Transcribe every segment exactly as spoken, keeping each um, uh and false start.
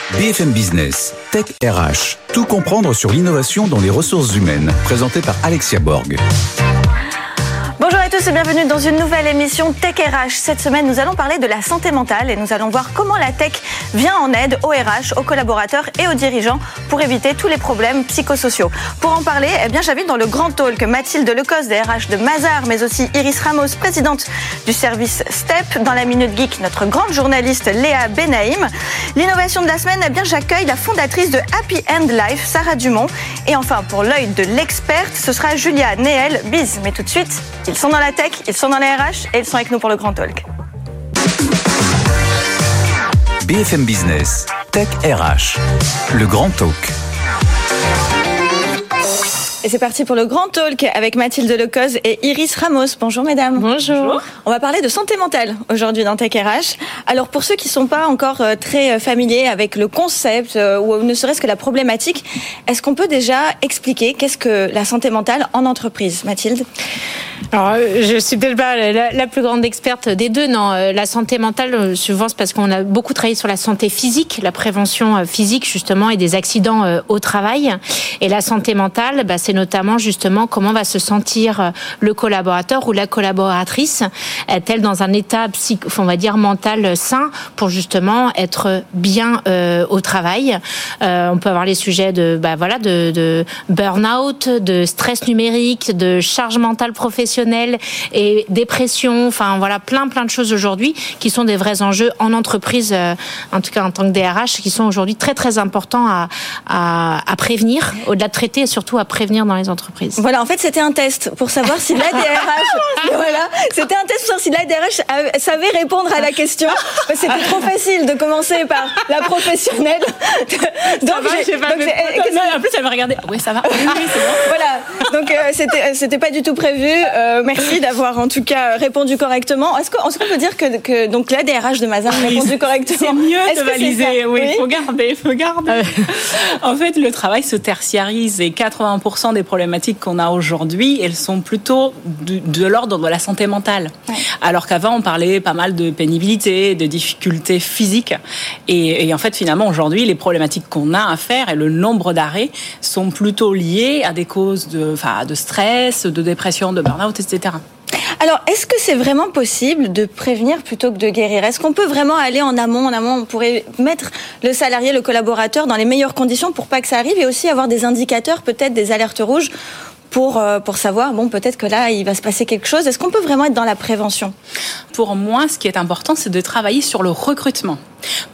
B F M Business, Tech R H. Tout comprendre sur l'innovation dans les ressources humaines. Présenté par Alexia Borg. Bonjour à tous et bienvenue dans une nouvelle émission Tech R H. Cette semaine, nous allons parler de la santé mentale et nous allons voir comment la tech vient en aide aux R H, aux collaborateurs et aux dirigeants pour éviter tous les problèmes psychosociaux. Pour en parler, eh bien, j'invite dans le grand talk Mathilde Lecoz des R H de Mazars, mais aussi Iris Ramos, présidente du service STEP. Dans la Minute Geek, notre grande journaliste Léa Benaïm. L'innovation de la semaine, eh bien, j'accueille la fondatrice de Happy End Life, Sarah Dumont. Et enfin, pour l'œil de l'experte, ce sera Julia Néel. Biz, mais tout de suite, ils sont dans la tech, ils sont dans les R H et ils sont avec nous pour le Grand Talk. B F M Business, Tech R H, le Grand Talk. Et c'est parti pour le Grand Talk avec Mathilde Lecoz et Iris Ramos. Bonjour mesdames. Bonjour. On va parler de santé mentale aujourd'hui dans Tech R H. Alors pour ceux qui ne sont pas encore très familiers avec le concept ou ne serait-ce que la problématique, est-ce qu'on peut déjà expliquer qu'est-ce que la santé mentale en entreprise, Mathilde ? Alors, je suis peut-être pas la, la plus grande experte des deux. Non, la santé mentale, souvent, c'est parce qu'on a beaucoup travaillé sur la santé physique, la prévention physique, justement, et des accidents au travail. Et la santé mentale, bah, c'est notamment, justement, comment va se sentir le collaborateur ou la collaboratrice. Est-elle dans un état, psych, on va dire, mental sain pour, justement, être bien euh, au travail. Euh, on peut avoir les sujets de, bah, voilà, de, de burn-out, de stress numérique, de charge mentale professionnelle, et dépression, enfin voilà, plein plein de choses aujourd'hui qui sont des vrais enjeux en entreprise, euh, en tout cas en tant que D R H, qui sont aujourd'hui très très importants à, à, à prévenir, au-delà de traiter, et surtout à prévenir dans les entreprises. Voilà, en fait c'était un test pour savoir si la D R H, voilà, c'était un test pour savoir si la D R H savait répondre à la question. C'était trop facile de commencer par la professionnelle. Donc, ça va, j'ai, j'ai pas donc, fait... non, en plus elle me regardait. Oui, ça va. Oui, oui, c'est bon. Voilà. Donc euh, c'était c'était pas du tout prévu. Euh, merci d'avoir en tout cas répondu correctement. Est-ce qu'on, est-ce qu'on peut dire que, que donc la D R H de Mazars a répondu oui, correctement ? C'est mieux est-ce de valider. Oui, il oui faut garder, il faut garder. Euh. En fait, le travail se tertiarise et quatre-vingts pour cent des problématiques qu'on a aujourd'hui, elles sont plutôt de, de l'ordre de la santé mentale. Ouais. Alors qu'avant, on parlait pas mal de pénibilité, de difficultés physiques. Et, et en fait, finalement, aujourd'hui, les problématiques qu'on a à faire et le nombre d'arrêts sont plutôt liés à des causes de, enfin, de stress, de dépression, de burn-out, et cetera. Alors, est-ce que c'est vraiment possible de prévenir plutôt que de guérir ? Est-ce qu'on peut vraiment aller en amont ? En amont, on pourrait mettre le salarié, le collaborateur dans les meilleures conditions pour pas que ça arrive et aussi avoir des indicateurs, peut-être des alertes rouges pour, pour savoir, bon, peut-être que là, il va se passer quelque chose. Est-ce qu'on peut vraiment être dans la prévention ? Pour moi, ce qui est important, c'est de travailler sur le recrutement. Pourquoi ?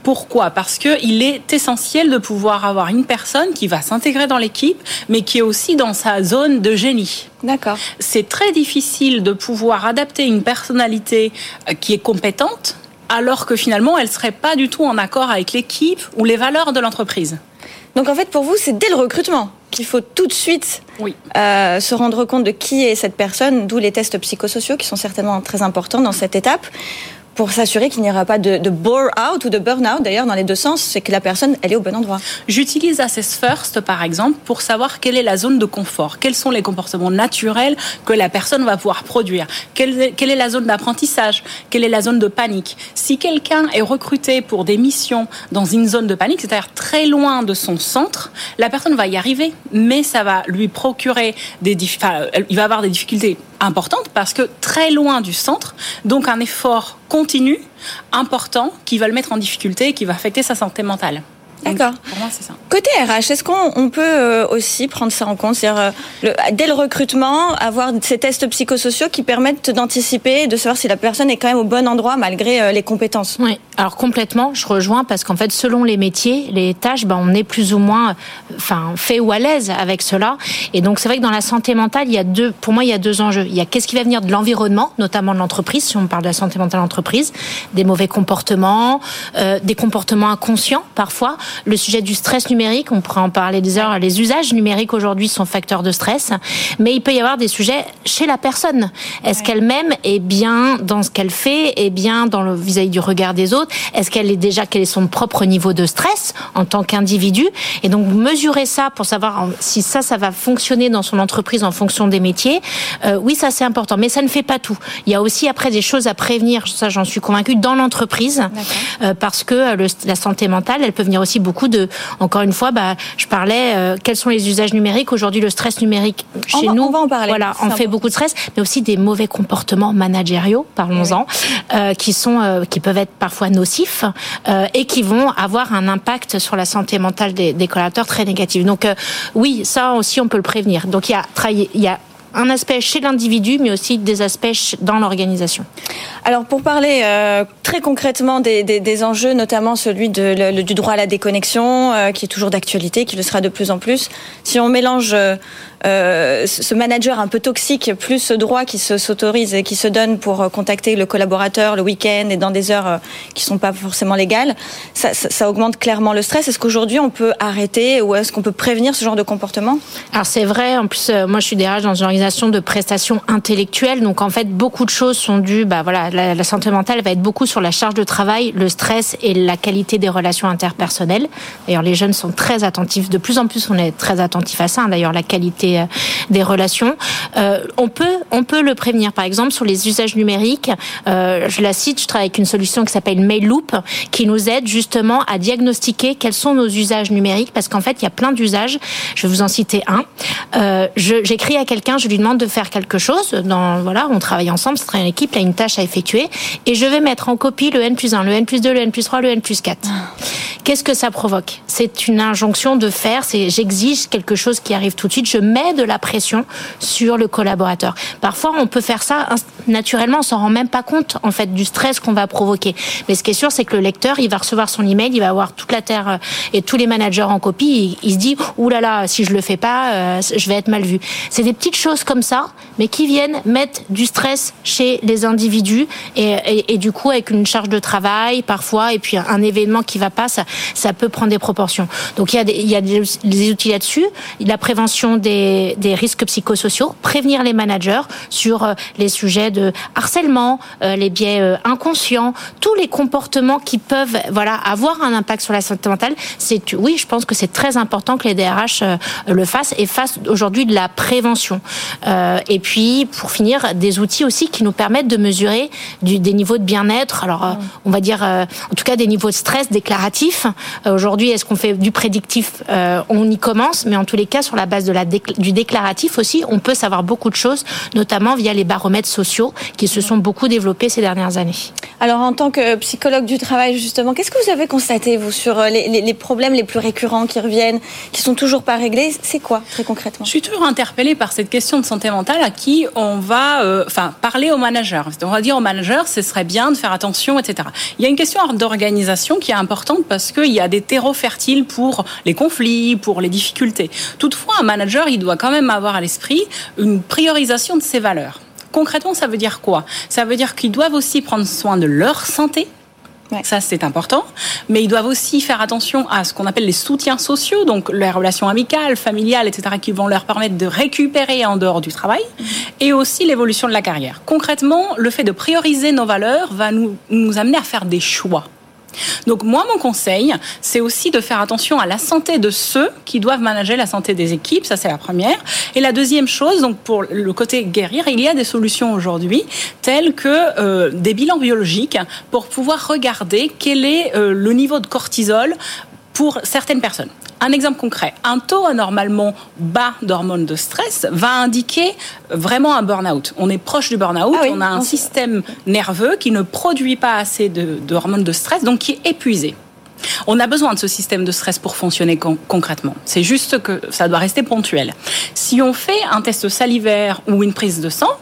Parce qu'il est essentiel de pouvoir avoir une personne qui va s'intégrer dans l'équipe, mais qui est aussi dans sa zone de génie. D'accord. C'est très difficile de pouvoir adapter une personnalité qui est compétente, alors que finalement, elle ne serait pas du tout en accord avec l'équipe ou les valeurs de l'entreprise. Donc en fait, pour vous, c'est dès le recrutement qu'il faut tout de suite oui. euh, se rendre compte de qui est cette personne, d'où les tests psychosociaux qui sont certainement très importants dans cette étape, pour s'assurer qu'il n'y aura pas de, de bore-out ou de burn-out, d'ailleurs, dans les deux sens, c'est que la personne, elle est au bon endroit. J'utilise Assess First, par exemple, pour savoir quelle est la zone de confort, quels sont les comportements naturels que la personne va pouvoir produire, quelle est, quelle est la zone d'apprentissage, quelle est la zone de panique. Si quelqu'un est recruté pour des missions dans une zone de panique, c'est-à-dire très loin de son centre, la personne va y arriver, mais ça va lui procurer des, enfin, il va avoir des difficultés importantes parce que très loin du centre, donc un effort continu, important, qui va le mettre en difficulté et qui va affecter sa santé mentale. D'accord. Donc, pour moi, c'est ça. Côté R H, est-ce qu'on on peut aussi prendre ça en compte ? C'est-à-dire, le, dès le recrutement, avoir ces tests psychosociaux qui permettent d'anticiper, de savoir si la personne est quand même au bon endroit malgré les compétences ? Oui, alors complètement, je rejoins parce qu'en fait, selon les métiers, les tâches, ben, on est plus ou moins enfin, fait ou à l'aise avec cela. Et donc, c'est vrai que dans la santé mentale, il y a deux, pour moi, il y a deux enjeux. Il y a qu'est-ce qui va venir de l'environnement, notamment de l'entreprise, si on parle de la santé mentale d'entreprise, des mauvais comportements, euh, des comportements inconscients parfois. Le sujet du stress numérique, on pourrait en parler des heures. Les usages numériques aujourd'hui sont facteurs de stress, mais il peut y avoir des sujets chez la personne. Est-ce ouais. qu'elle-même est bien dans ce qu'elle fait, est bien dans le vis-à-vis du regard des autres ? Est-ce qu'elle est déjà quel est son propre niveau de stress en tant qu'individu ? Et donc mesurer ça pour savoir si ça, ça va fonctionner dans son entreprise en fonction des métiers. Euh, oui, ça c'est important, mais ça ne fait pas tout. Il y a aussi après des choses à prévenir. Ça, j'en suis convaincue dans l'entreprise, euh, parce que le, la santé mentale, elle peut venir aussi beaucoup de, encore une fois, bah, je parlais, euh, quels sont les usages numériques. Aujourd'hui, le stress numérique chez on va, nous, on va en parler. Voilà, on fait beaucoup de stress, mais aussi des mauvais comportements managériaux, parlons-en, oui. euh, qui sont, euh, qui peuvent être parfois nocifs euh, et qui vont avoir un impact sur la santé mentale des, des collaborateurs très négatif. Donc euh, oui, ça aussi on peut le prévenir. Donc il y a travailler, il y a un aspect chez l'individu, mais aussi des aspects dans l'organisation. Alors, pour parler euh, très concrètement des, des, des enjeux, notamment celui de, le, du droit à la déconnexion, euh, qui est toujours d'actualité, qui le sera de plus en plus, si on mélange euh, ce manager un peu toxique, plus ce droit qui se, s'autorise et qui se donne pour contacter le collaborateur le week-end et dans des heures euh, qui ne sont pas forcément légales, ça, ça, ça augmente clairement le stress. Est-ce qu'aujourd'hui, on peut arrêter ou est-ce qu'on peut prévenir ce genre de comportement ? Alors, c'est vrai. En plus, euh, moi, je suis D R H dans une organisation de prestations intellectuelles. Donc, en fait, beaucoup de choses sont dues, bah, voilà, la, la santé mentale va être beaucoup sur la charge de travail, le stress et la qualité des relations interpersonnelles. D'ailleurs, les jeunes sont très attentifs. De plus en plus, on est très attentifs à ça. Hein, d'ailleurs, la qualité euh, des relations. Euh, on peut, on peut le prévenir. Par exemple, sur les usages numériques, euh, je la cite, je travaille avec une solution qui s'appelle Mailloop, qui nous aide justement à diagnostiquer quels sont nos usages numériques, parce qu'en fait, il y a plein d'usages. Je vais vous en citer un. Euh, je, j'écris à quelqu'un, je lui demande de faire quelque chose. Dans, voilà, on travaille ensemble, c'est une équipe, il y a une tâche à effectuer, et je vais mettre en copie le N plus un, le N plus deux, le N plus trois, le N plus quatre. Qu'est-ce que ça provoque ? C'est une injonction de faire, c'est j'exige quelque chose qui arrive tout de suite, je mets de la pression sur le collaborateur. Parfois, on peut faire ça naturellement, on s'en rend même pas compte, en fait, du stress qu'on va provoquer. Mais ce qui est sûr, c'est que le lecteur, il va recevoir son email, il va avoir toute la terre et tous les managers en copie, il, il se dit, ouh là là, si je le fais pas, euh, je vais être mal vu. C'est des petites choses comme ça, mais qui viennent mettre du stress chez les individus et, et, et du coup, avec une charge de travail, parfois, et puis un, un événement qui va pas, ça, ça peut prendre des proportions. Donc, il y a des, il y a des, des outils là-dessus, la prévention des, des risques psychosociaux, prévenir les managers sur euh, les sujets de harcèlement, euh, les biais euh, inconscients, tous les comportements qui peuvent, voilà, avoir un impact sur la santé mentale. C'est, oui, je pense que c'est très important que les D R H euh, le fassent et fassent aujourd'hui de la prévention. Euh, et puis, pour finir, des outils aussi qui nous permettent de mesurer du, des niveaux de bien-être. Alors, euh, on va dire, euh, en tout cas, des niveaux de stress déclaratifs. Euh, aujourd'hui, est-ce qu'on fait du prédictif ? euh, On y commence, mais en tous les cas, sur la base de la décl- du déclaratif aussi, on peut savoir beaucoup de choses, notamment via les baromètres sociaux qui se sont beaucoup développés ces dernières années. Alors, en tant que psychologue du travail, justement, qu'est-ce que vous avez constaté, vous, sur les, les, les problèmes les plus récurrents qui reviennent, qui sont toujours pas réglés ? C'est quoi, très concrètement ? Je suis toujours interpellée par cette question de santé mentale à qui on va euh, enfin, parler aux managers. On va dire aux managers, ce serait bien de faire attention, et cetera. Il y a une question d'organisation qui est importante parce qu'il y a des terreaux fertiles pour les conflits, pour les difficultés. Toutefois, un manager, il doit quand même avoir à l'esprit une priorisation de ses valeurs. Concrètement, ça veut dire quoi ? Ça veut dire qu'ils doivent aussi prendre soin de leur santé. Ouais. Ça, c'est important. Mais ils doivent aussi faire attention à ce qu'on appelle les soutiens sociaux, donc les relations amicales, familiales, et cetera, qui vont leur permettre de récupérer en dehors du travail, mmh. et aussi l'évolution de la carrière. Concrètement, le fait de prioriser nos valeurs va nous, nous amener à faire des choix. Donc moi, mon conseil, c'est aussi de faire attention à la santé de ceux qui doivent manager la santé des équipes, ça c'est la première. Et la deuxième chose, donc pour le côté guérir, il y a des solutions aujourd'hui telles que euh, des bilans biologiques pour pouvoir regarder quel est euh, le niveau de cortisol pour certaines personnes. Un exemple concret, un taux anormalement bas d'hormones de stress va indiquer vraiment un burn-out. On est proche du burn-out, ah oui, on a un système nerveux qui ne produit pas assez de, de hormones de stress, donc qui est épuisé. On a besoin de ce système de stress pour fonctionner con- concrètement. C'est juste que ça doit rester ponctuel. Si on fait un test salivaire ou une prise de sang,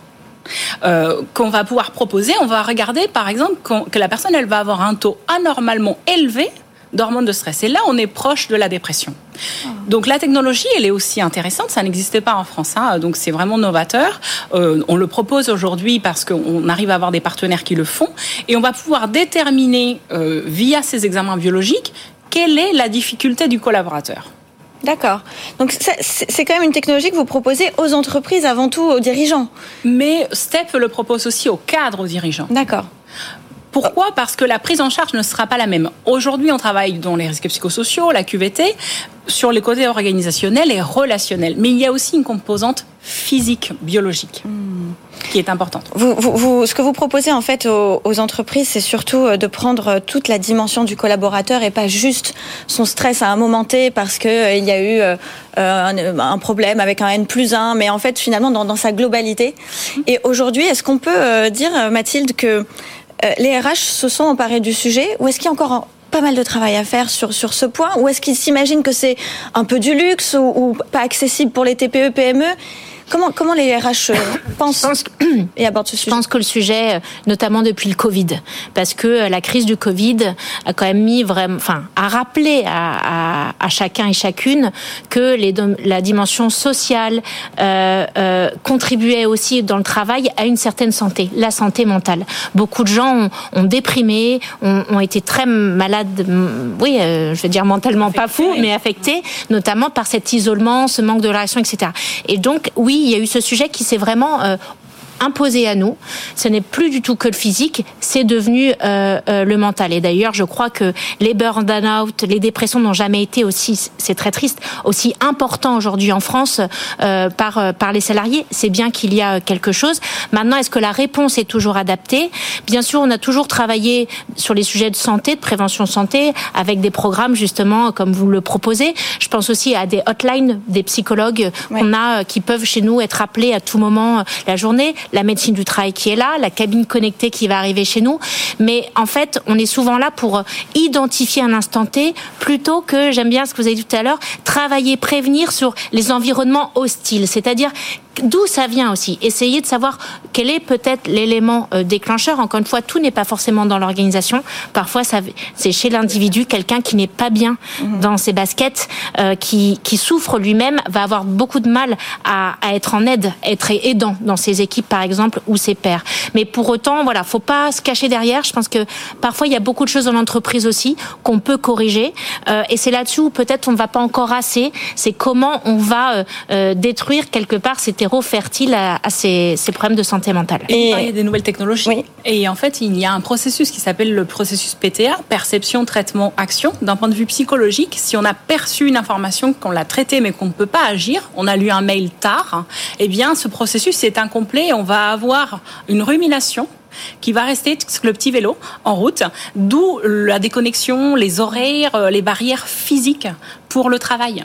Euh, qu'on va pouvoir proposer, on va regarder par exemple que la personne elle va avoir un taux anormalement élevé d'hormones de stress. Et là, on est proche de la dépression. Oh. Donc la technologie, elle est aussi intéressante. Ça n'existait pas en France, hein, donc c'est vraiment novateur. Euh, on le propose aujourd'hui parce qu'on arrive à avoir des partenaires qui le font. Et on va pouvoir déterminer, euh, via ces examens biologiques, quelle est la difficulté du collaborateur. D'accord. Donc c'est quand même une technologie que vous proposez aux entreprises, avant tout aux dirigeants. Mais STEP le propose aussi aux cadres, aux dirigeants. D'accord. Pourquoi ? Parce que la prise en charge ne sera pas la même. Aujourd'hui, on travaille dans les risques psychosociaux, la Q V T, sur les côtés organisationnels et relationnels. Mais il y a aussi une composante physique, biologique. Mmh. qui est importante. Vous, vous, vous, ce que vous proposez en fait aux, aux entreprises, c'est surtout de prendre toute la dimension du collaborateur et pas juste son stress à un moment T parce qu'il euh, y a eu euh, un, un problème avec un N plus un, mais en fait finalement dans, dans sa globalité. Et aujourd'hui, est-ce qu'on peut euh, dire, Mathilde, que euh, les R H se sont emparés du sujet, ou est-ce qu'il y a encore un, pas mal de travail à faire sur, sur ce point, ou est-ce qu'ils s'imaginent que c'est un peu du luxe ou, ou pas accessible pour les T P E, P M E ? Comment, comment les R H pensent et abordent ce sujet ? Je pense que le sujet, notamment depuis le Covid, parce que la crise du Covid a quand même mis vraiment, enfin, a rappelé à, à, à chacun et chacune que les, la dimension sociale euh, euh, contribuait aussi dans le travail à une certaine santé, la santé mentale. Beaucoup de gens ont, ont déprimé, ont, ont été très malades, oui, euh, je veux dire mentalement affectés. Pas fous, mais affectés, notamment par cet isolement, ce manque de relation, et cetera. Et donc, oui, il y a eu ce sujet qui s'est vraiment euh, imposé à nous. Ce n'est plus du tout que le physique, c'est devenu euh, euh, le mental. Et d'ailleurs, je crois que les burn-out, les dépressions n'ont jamais été aussi, c'est très triste, aussi importants aujourd'hui en France euh, par euh, par les salariés. C'est bien qu'il y a quelque chose. Maintenant, est-ce que la réponse est toujours adaptée ? Bien sûr, on a toujours travaillé sur les sujets de santé, de prévention santé, avec des programmes justement comme vous le proposez. Je pense aussi à des hotlines, des psychologues ouais. qu'on a, qui peuvent chez nous être appelés à tout moment la journée. La médecine du travail qui est là, la cabine connectée qui va arriver chez nous. Mais en fait, on est souvent là pour identifier un instant T plutôt que, j'aime bien ce que vous avez dit tout à l'heure, travailler, prévenir sur les environnements hostiles. C'est-à-dire d'où ça vient aussi. Essayer de savoir quel est peut-être l'élément déclencheur. Encore une fois, tout n'est pas forcément dans l'organisation. Parfois, ça, c'est chez l'individu, quelqu'un qui n'est pas bien mmh. dans ses baskets, euh, qui, qui souffre lui-même, va avoir beaucoup de mal à, à être en aide, être aidant dans ses équipes, par exemple, ou ses pairs. Mais pour autant, voilà, faut pas se cacher derrière. Je pense que parfois, il y a beaucoup de choses dans l'entreprise aussi qu'on peut corriger. Euh, et c'est là-dessus où peut-être on ne va pas encore assez. C'est comment on va euh, détruire quelque part ces terreaux fertiles à, à ces, ces problèmes de santé mentale. Et vous parliez des nouvelles technologies. Oui. Et en fait, il y a un processus qui s'appelle le processus P T A, perception, traitement, action. D'un point de vue psychologique, si on a perçu une information, qu'on l'a traitée mais qu'on ne peut pas agir, on a lu un mail tard, eh bien, ce processus est incomplet. On va avoir une rumination qui va rester le petit vélo en route, d'où la déconnexion, les horaires, les barrières physiques pour le travail.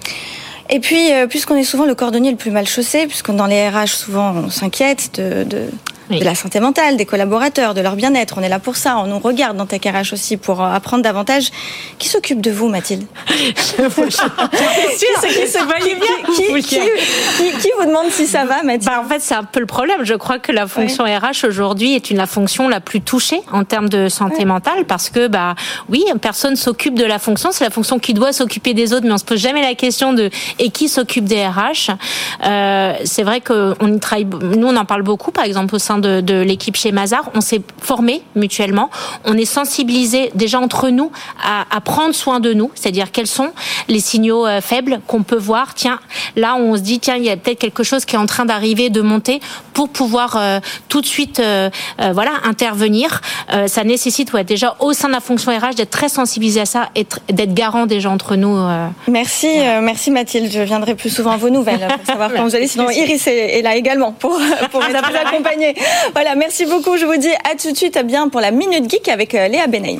Et puis, euh, puisqu'on est souvent le cordonnier le plus mal chaussé, puisque dans les R H, souvent, on s'inquiète de, de, oui. de la santé mentale, des collaborateurs, de leur bien-être. On est là pour ça. On nous regarde dans Tech R H aussi pour apprendre davantage. Qui s'occupe de vous, Mathilde ? Je vous sûr, c'est qui se voyait bien. Qui, qui, qui, qui, qui vous demande si ça va, Mathilde ? Bah, en fait, c'est un peu le problème. Je crois que la fonction ouais. R H aujourd'hui est une la fonction la plus touchée en termes de santé ouais. mentale, parce que bah oui, personne s'occupe de la fonction. C'est la fonction qui doit s'occuper des autres, mais on se pose jamais la question de et qui s'occupe des R H. Euh, c'est vrai qu'on y travaille. Nous, on en parle beaucoup, par exemple au sein de, de l'équipe chez Mazars. On s'est formés mutuellement. On est sensibilisés déjà entre nous à, à prendre soin de nous, c'est-à-dire quels sont les signaux euh, faibles qu'on peut voir. Tiens, là, on se dit tiens, il y a peut-être quelque chose qui est en train d'arriver, de monter, pour pouvoir euh, tout de suite, euh, euh, voilà, intervenir. Euh, ça nécessite, ouais, déjà au sein de la fonction R H d'être très sensibilisé à ça, et d'être garant déjà entre nous. Euh. Merci, euh, merci Mathilde. Je viendrai plus souvent à vos nouvelles pour savoir comment vous allez. Sinon, Iris est, est là également pour pour vous accompagner. Voilà, merci beaucoup. Je vous dis à tout de suite, bien pour la Minute Geek avec Léa Benaï.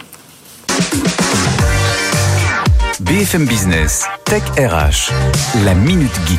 B F M Business, Tech R H, la Minute Geek.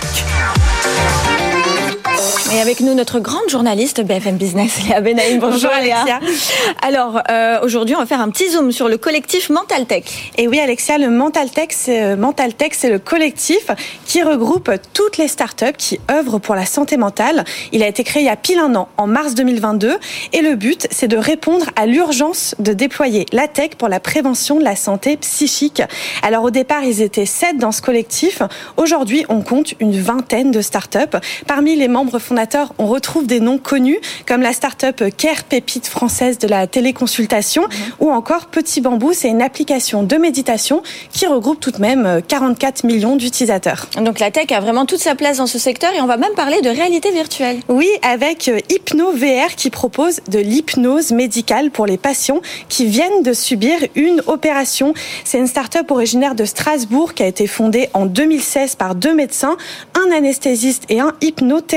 Et avec nous, notre grande journaliste B F M Business, Léa Benaï. Bonjour, Bonjour Alexia. Alors, euh, aujourd'hui, on va faire un petit zoom sur le collectif Mental Tech. Et oui, Alexia, le Mental Tech, c'est, Mental Tech, c'est le collectif qui regroupe toutes les startups qui œuvrent pour la santé mentale. Il a été créé il y a pile un an, en mars deux mille vingt-deux. Et le but, c'est de répondre à l'urgence de déployer la tech pour la prévention de la santé psychique. Alors, au départ, ils étaient sept dans ce collectif. Aujourd'hui, on compte une vingtaine de startups. Parmi les membres fondateurs, on retrouve des noms connus comme la start-up Care, pépite française de la téléconsultation, mmh. ou encore Petit Bambou, c'est une application de méditation qui regroupe tout de même quarante-quatre millions d'utilisateurs. Donc la tech a vraiment toute sa place dans ce secteur et on va même parler de réalité virtuelle. Oui, avec Hypno V R qui propose de l'hypnose médicale pour les patients qui viennent de subir une opération. C'est une start-up originaire de Strasbourg qui a été fondée en deux mille seize par deux médecins, un anesthésiste et un hypnothérapeute.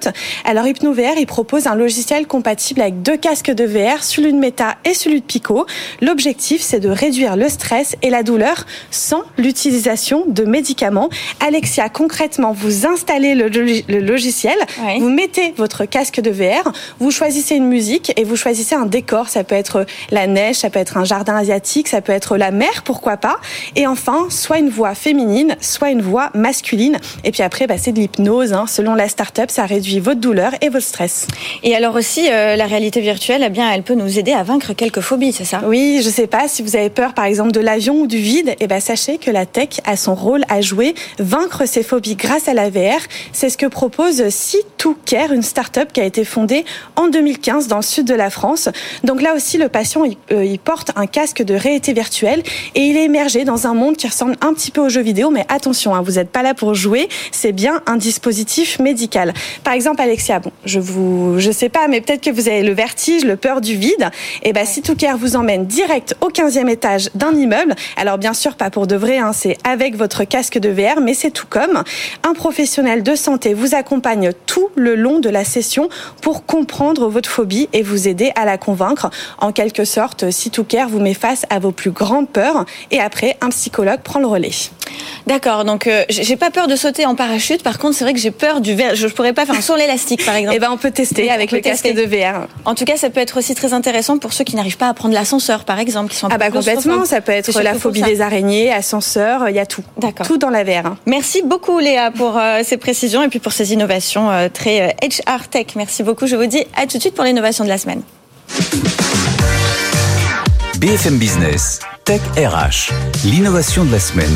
Alors HypnoVR, il propose un logiciel compatible avec deux casques de V R, celui de Meta et celui de Pico. L'objectif, c'est de réduire le stress et la douleur sans l'utilisation de médicaments. Alexia, concrètement, vous installez le, le logiciel, oui. Vous mettez votre casque de V R, vous choisissez une musique et vous choisissez un décor. Ça peut être la neige, ça peut être un jardin asiatique, ça peut être la mer, pourquoi pas. Et enfin, soit une voix féminine, soit une voix masculine. Et puis après, bah, c'est de l'hypnose. Hein. Selon la start-up, ça réduit votre douleur et votre stress. Et alors aussi, euh, la réalité virtuelle, eh bien, elle peut nous aider à vaincre quelques phobies, c'est ça ? Oui, je sais pas, si vous avez peur par exemple de l'avion ou du vide, eh ben, sachez que la tech a son rôle à jouer, vaincre ces phobies grâce à la V R. C'est ce que propose C deux Care, une start-up qui a été fondée en deux mille quinze dans le sud de la France. Donc là aussi, le patient, il, euh, il porte un casque de réalité virtuelle et il est immergé dans un monde qui ressemble un petit peu aux jeux vidéo, mais attention, hein, vous n'êtes pas là pour jouer, c'est bien un dispositif médical. Par exemple, Alexia, bon, je vous, je sais pas, mais peut-être que vous avez le vertige, le peur du vide. Et ben, C deux Care vous emmène direct au quinzième étage d'un immeuble. Alors bien sûr, pas pour de vrai, hein, c'est avec votre casque de V R, mais c'est tout comme. Un professionnel de santé vous accompagne tout le long de la session pour comprendre votre phobie et vous aider à la convaincre. En quelque sorte, C deux Care vous met face à vos plus grandes peurs et après, un psychologue prend le relais. D'accord, donc euh, j'ai pas peur de sauter en parachute. Par contre, c'est vrai que j'ai peur du verre. Je pourrais pas faire un saut en l'élastique, par exemple. Eh ben, on peut tester oui, avec le tester. casque de V R. En tout cas, ça peut être aussi très intéressant pour ceux qui n'arrivent pas à prendre l'ascenseur, par exemple, qui sont un ah peu bah complètement. Ça peut être la phobie des araignées, ascenseur, il y a tout. D'accord. Tout dans la V R. Merci beaucoup, Léa, pour euh, ces précisions et puis pour ces innovations euh, très euh, H R Tech. Merci beaucoup. Je vous dis à tout de suite pour l'innovation de la semaine. B F M Business, Tech R H, l'innovation de la semaine.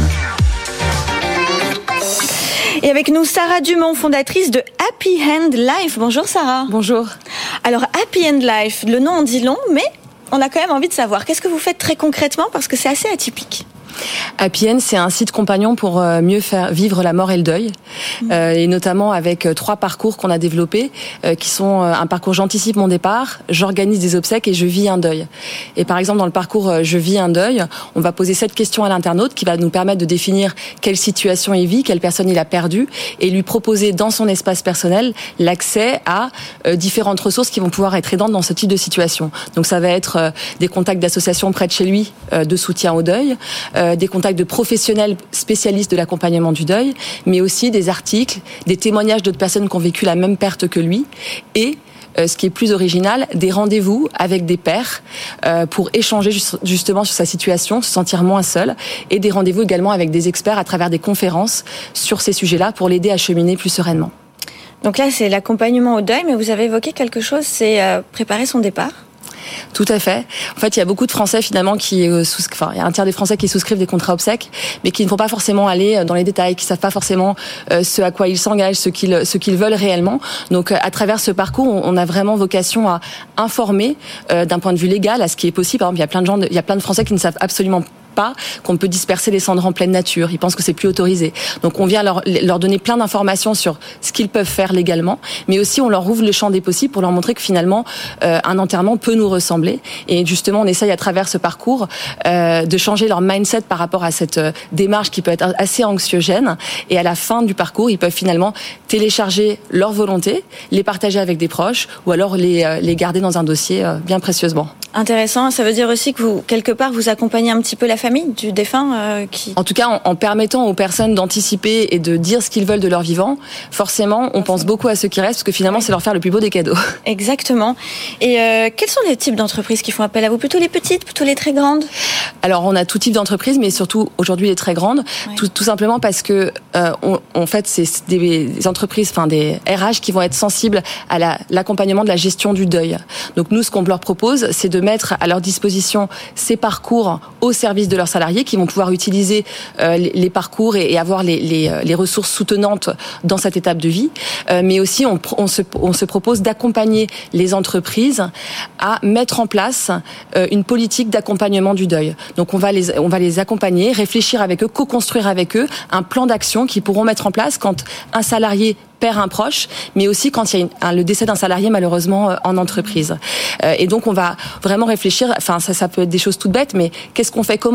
Et avec nous, Sarah Dumont, fondatrice de Happy Hand Life. Bonjour Sarah. Bonjour. Alors Happy Hand Life, le nom en dit long, mais on a quand même envie de savoir. Qu'est-ce que vous faites très concrètement parce que c'est assez atypique. Happy End, c'est un site compagnon pour mieux faire vivre la mort et le deuil, mmh. euh, et notamment avec trois parcours qu'on a développés, euh, qui sont un parcours j'anticipe mon départ, j'organise des obsèques et je vis un deuil. Et par exemple, dans le parcours je vis un deuil, on va poser cette question à l'internaute qui va nous permettre de définir quelle situation il vit, quelle personne il a perdu, et lui proposer dans son espace personnel l'accès à euh, différentes ressources qui vont pouvoir être aidantes dans ce type de situation. Donc ça va être euh, des contacts d'associations près de chez lui euh, de soutien au deuil, euh, des contacts de professionnels spécialistes de l'accompagnement du deuil, mais aussi des articles, des témoignages d'autres personnes qui ont vécu la même perte que lui, et euh, ce qui est plus original, des rendez-vous avec des pairs euh, pour échanger just, justement sur sa situation, se sentir moins seul, et des rendez-vous également avec des experts à travers des conférences sur ces sujets-là pour l'aider à cheminer plus sereinement. Donc là, c'est l'accompagnement au deuil, mais vous avez évoqué quelque chose, c'est euh, préparer son départ. Tout à fait. En fait, il y a beaucoup de Français finalement qui euh, souscrivent, enfin, il y a un tiers des Français qui souscrivent des contrats obsèques, mais qui ne vont pas forcément aller dans les détails, qui savent pas forcément euh, ce à quoi ils s'engagent, ce qu'ils, ce qu'ils veulent réellement. Donc, à travers ce parcours, on a vraiment vocation à informer euh, d'un point de vue légal à ce qui est possible. Par exemple, il y a plein de gens, de, il y a plein de Français qui ne savent absolument pas pas qu'on peut disperser les cendres en pleine nature. Ils pensent que c'est plus autorisé. Donc on vient leur, leur donner plein d'informations sur ce qu'ils peuvent faire légalement, mais aussi on leur ouvre le champ des possibles pour leur montrer que finalement euh, un enterrement peut nous ressembler. Et justement, on essaye à travers ce parcours euh, de changer leur mindset par rapport à cette euh, démarche qui peut être assez anxiogène. Et à la fin du parcours, ils peuvent finalement télécharger leur volonté, les partager avec des proches ou alors les, euh, les garder dans un dossier euh, bien précieusement. Intéressant. Ça veut dire aussi que vous, quelque part, vous accompagnez un petit peu la famille du défunt euh, qui... En tout cas, en, en permettant aux personnes d'anticiper et de dire ce qu'ils veulent de leur vivant, forcément, on pense beaucoup à ceux qui restent, parce que finalement, c'est leur faire le plus beau des cadeaux. Exactement. Et euh, quels sont les types d'entreprises qui font appel à vous ? Plutôt les petites, plutôt les très grandes ? Alors, on a tout type d'entreprises, mais surtout, aujourd'hui, les très grandes. Oui. Tout, tout simplement parce que, euh, on, en fait, c'est des, des entreprises, enfin, des R H qui vont être sensibles à la, l'accompagnement de la gestion du deuil. Donc, nous, ce qu'on leur propose, c'est de mettre à leur disposition ces parcours au service de leurs salariés qui vont pouvoir utiliser euh, les, les parcours et, et avoir les, les, les ressources soutenantes dans cette étape de vie. Euh, mais aussi, on, on, se, on se propose d'accompagner les entreprises à mettre en place euh, une politique d'accompagnement du deuil. Donc, on va les, on va les accompagner, réfléchir avec eux, co-construire avec eux un plan d'action qu'ils pourront mettre en place quand un salarié perd un proche, mais aussi quand il y a une, un, le décès d'un salarié malheureusement euh, en entreprise. Euh, et donc on va vraiment réfléchir, enfin ça, ça peut être des choses toutes bêtes, mais qu'est-ce qu'on fait, comment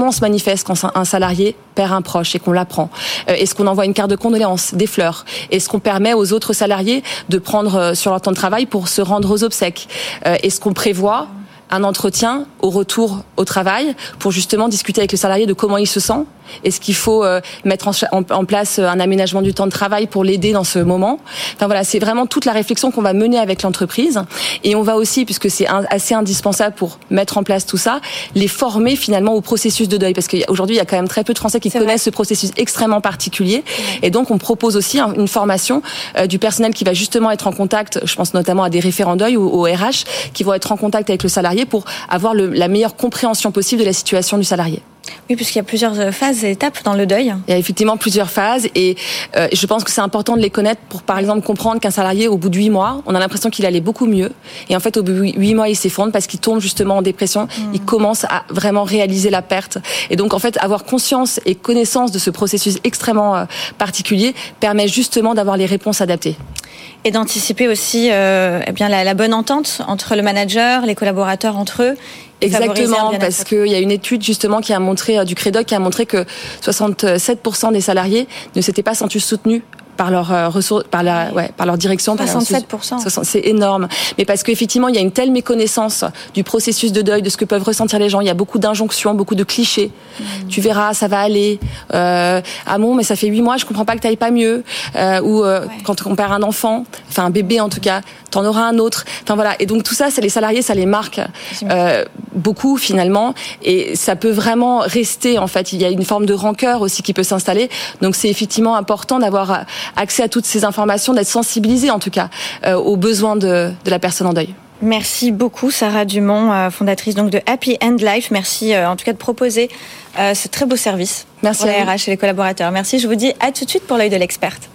comment on se manifeste quand un salarié perd un proche et qu'on l'apprend? Est-ce qu'on envoie une carte de condoléances, des fleurs? Est-ce qu'on permet aux autres salariés de prendre sur leur temps de travail pour se rendre aux obsèques? Est-ce qu'on prévoit un entretien au retour au travail pour justement discuter avec le salarié de comment il se sent? Est-ce qu'il faut euh, mettre en, en, en place un aménagement du temps de travail pour l'aider dans ce moment? Enfin voilà, c'est vraiment toute la réflexion qu'on va mener avec l'entreprise. Et on va aussi, puisque c'est un, assez indispensable pour mettre en place tout ça, les former finalement au processus de deuil. Parce qu'aujourd'hui, il y a quand même très peu de Français qui c'est connaissent vrai. ce processus extrêmement particulier. Ouais. Et donc, on propose aussi un, une formation euh, du personnel qui va justement être en contact, je pense notamment à des référents deuil ou au R H, qui vont être en contact avec le salarié pour avoir le, la meilleure compréhension possible de la situation du salarié. Oui, puisqu'il y a plusieurs phases et étapes dans le deuil. Il y a effectivement plusieurs phases et euh, je pense que c'est important de les connaître pour, par exemple, comprendre qu'un salarié, au bout de huit mois, on a l'impression qu'il allait beaucoup mieux. Et en fait, au bout de huit mois, il s'effondre parce qu'il tombe justement en dépression. Mmh. Il commence à vraiment réaliser la perte. Et donc, en fait, avoir conscience et connaissance de ce processus extrêmement euh, particulier permet justement d'avoir les réponses adaptées. Et d'anticiper aussi euh, eh bien, la, la bonne entente entre le manager, les collaborateurs entre eux. Exactement, parce qu'il y a une étude justement qui a montré, du Crédoc, qui a montré que soixante-sept pour cent des salariés ne s'étaient pas sentis soutenus par leur euh, ressources, par la, ouais, par leur direction. soixante-sept pour cent. C'est énorme. Mais parce qu'effectivement, il y a une telle méconnaissance du processus de deuil, de ce que peuvent ressentir les gens. Il y a beaucoup d'injonctions, beaucoup de clichés. Mmh. Tu verras, ça va aller. Euh, ah bon, mais ça fait huit mois, je comprends pas que t'ailles pas mieux. Euh, ou euh, ouais. Quand on perd un enfant, enfin un bébé en tout cas, t'en auras un autre. Enfin voilà. Et donc tout ça, c'est les salariés, ça les marque euh, beaucoup finalement. Et ça peut vraiment rester. En fait, il y a une forme de rancœur aussi qui peut s'installer. Donc c'est effectivement important d'avoir accès à toutes ces informations, d'être sensibilisé en tout cas euh, aux besoins de, de la personne en deuil. Merci beaucoup Sarah Dumont, euh, fondatrice donc de Happy End Life. Merci euh, en tout cas de proposer euh, ce très beau service Merci pour les R H et les collaborateurs. Merci, je vous dis à tout de suite pour l'œil de l'experte.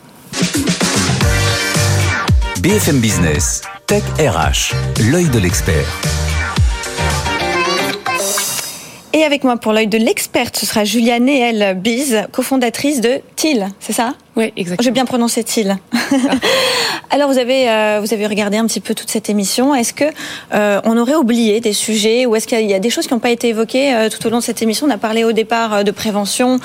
B F M Business, Tech R H, l'œil de l'expert. Et avec moi pour l'œil de l'experte, ce sera Julia Néel Biz, cofondatrice de Thiel, c'est ça ? Oui, exactement. J'ai bien prononcé Thiel. Alors vous avez euh, vous avez regardé un petit peu toute cette émission. Est-ce que euh, on aurait oublié des sujets ou est-ce qu'il y a des choses qui n'ont pas été évoquées euh, tout au long de cette émission? On a parlé au départ euh, de prévention.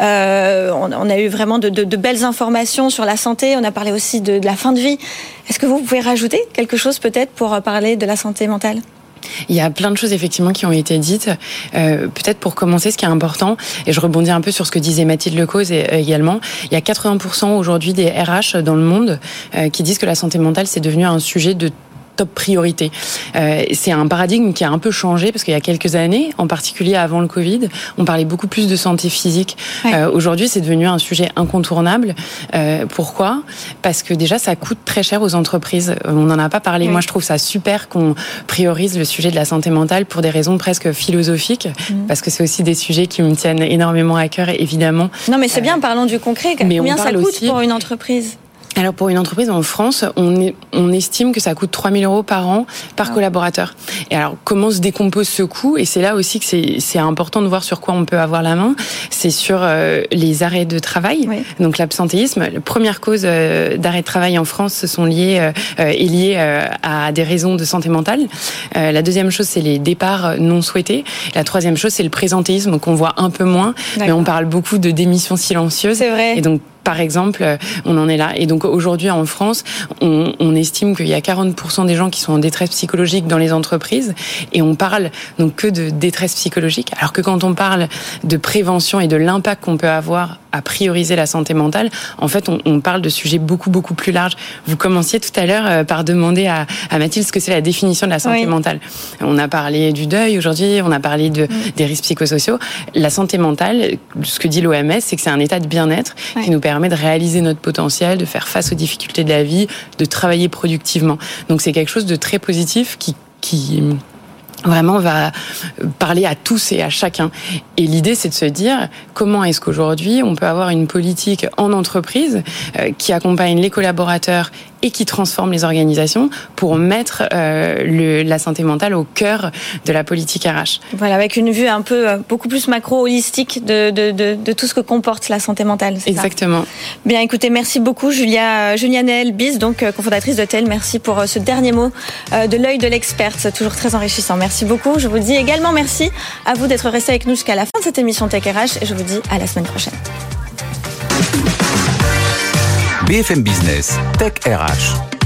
Euh, on, on a eu vraiment de, de, de belles informations sur la santé. On a parlé aussi de, de la fin de vie. Est-ce que vous pouvez rajouter quelque chose peut-être pour parler de la santé mentale? Il y a plein de choses effectivement qui ont été dites. Euh, peut-être pour commencer, ce qui est important, et je rebondis un peu sur ce que disait Mathilde Lecause également, il y a quatre-vingts pour cent aujourd'hui des R H dans le monde euh, qui disent que la santé mentale c'est devenu un sujet de top priorité. Euh, c'est un paradigme qui a un peu changé parce qu'il y a quelques années, en particulier avant le Covid, on parlait beaucoup plus de santé physique. Ouais. Euh, aujourd'hui, c'est devenu un sujet incontournable. Euh, pourquoi ? Parce que déjà, ça coûte très cher aux entreprises. On n'en a pas parlé. Oui. Moi, je trouve ça super qu'on priorise le sujet de la santé mentale pour des raisons presque philosophiques, mmh. parce que c'est aussi des sujets qui me tiennent énormément à cœur, évidemment. Non, mais c'est bien, parlons du concret. Mais combien ça coûte aussi... pour une entreprise ? Alors pour une entreprise en France, on, est, on estime que ça coûte trois mille euros par an par ah. collaborateur. Et alors comment se décompose ce coût ? Et c'est là aussi que c'est, c'est important de voir sur quoi on peut avoir la main. C'est sur euh, les arrêts de travail, oui. donc l'absentéisme. La première cause euh, d'arrêt de travail en France se sont liées euh, est liée euh, à des raisons de santé mentale. Euh, la deuxième chose, c'est les départs non souhaités. La troisième chose, c'est le présentéisme qu'on voit un peu moins, D'accord. mais on parle beaucoup de démission silencieuse. C'est vrai. Et donc par exemple, on en est là. Et donc aujourd'hui en France, on, on estime qu'il y a quarante pour cent des gens qui sont en détresse psychologique dans les entreprises, et on parle donc que de détresse psychologique, alors que quand on parle de prévention et de l'impact qu'on peut avoir à prioriser la santé mentale, en fait, on, on parle de sujets beaucoup beaucoup plus larges. Vous commenciez tout à l'heure par demander à, à Mathilde ce que c'est la définition de la santé oui. mentale. On a parlé du deuil aujourd'hui, on a parlé de, oui. des risques psychosociaux. La santé mentale, ce que dit l'O M S, c'est que c'est un état de bien-être oui. qui nous permet de réaliser notre potentiel, de faire face aux difficultés de la vie, de travailler productivement. Donc c'est quelque chose de très positif qui, qui vraiment va parler à tous et à chacun. Et l'idée, c'est de se dire comment est-ce qu'aujourd'hui on peut avoir une politique en entreprise euh, qui accompagne les collaborateurs et qui transforme les organisations pour mettre euh, le, la santé mentale au cœur de la politique R H. Voilà, avec une vue un peu euh, beaucoup plus macro, holistique de, de, de, de tout ce que comporte la santé mentale. C'est Exactement. Ça. Bien, écoutez, merci beaucoup Julia, Julia Néel-Bis, donc euh, cofondatrice de Tel. Merci pour euh, ce dernier mot euh, de l'œil de l'experte, c'est toujours très enrichissant. Merci beaucoup. Je vous dis également merci à vous d'être restés avec nous jusqu'à la fin de cette émission Tech R H et je vous dis à la semaine prochaine. B F M Business, Tech R H.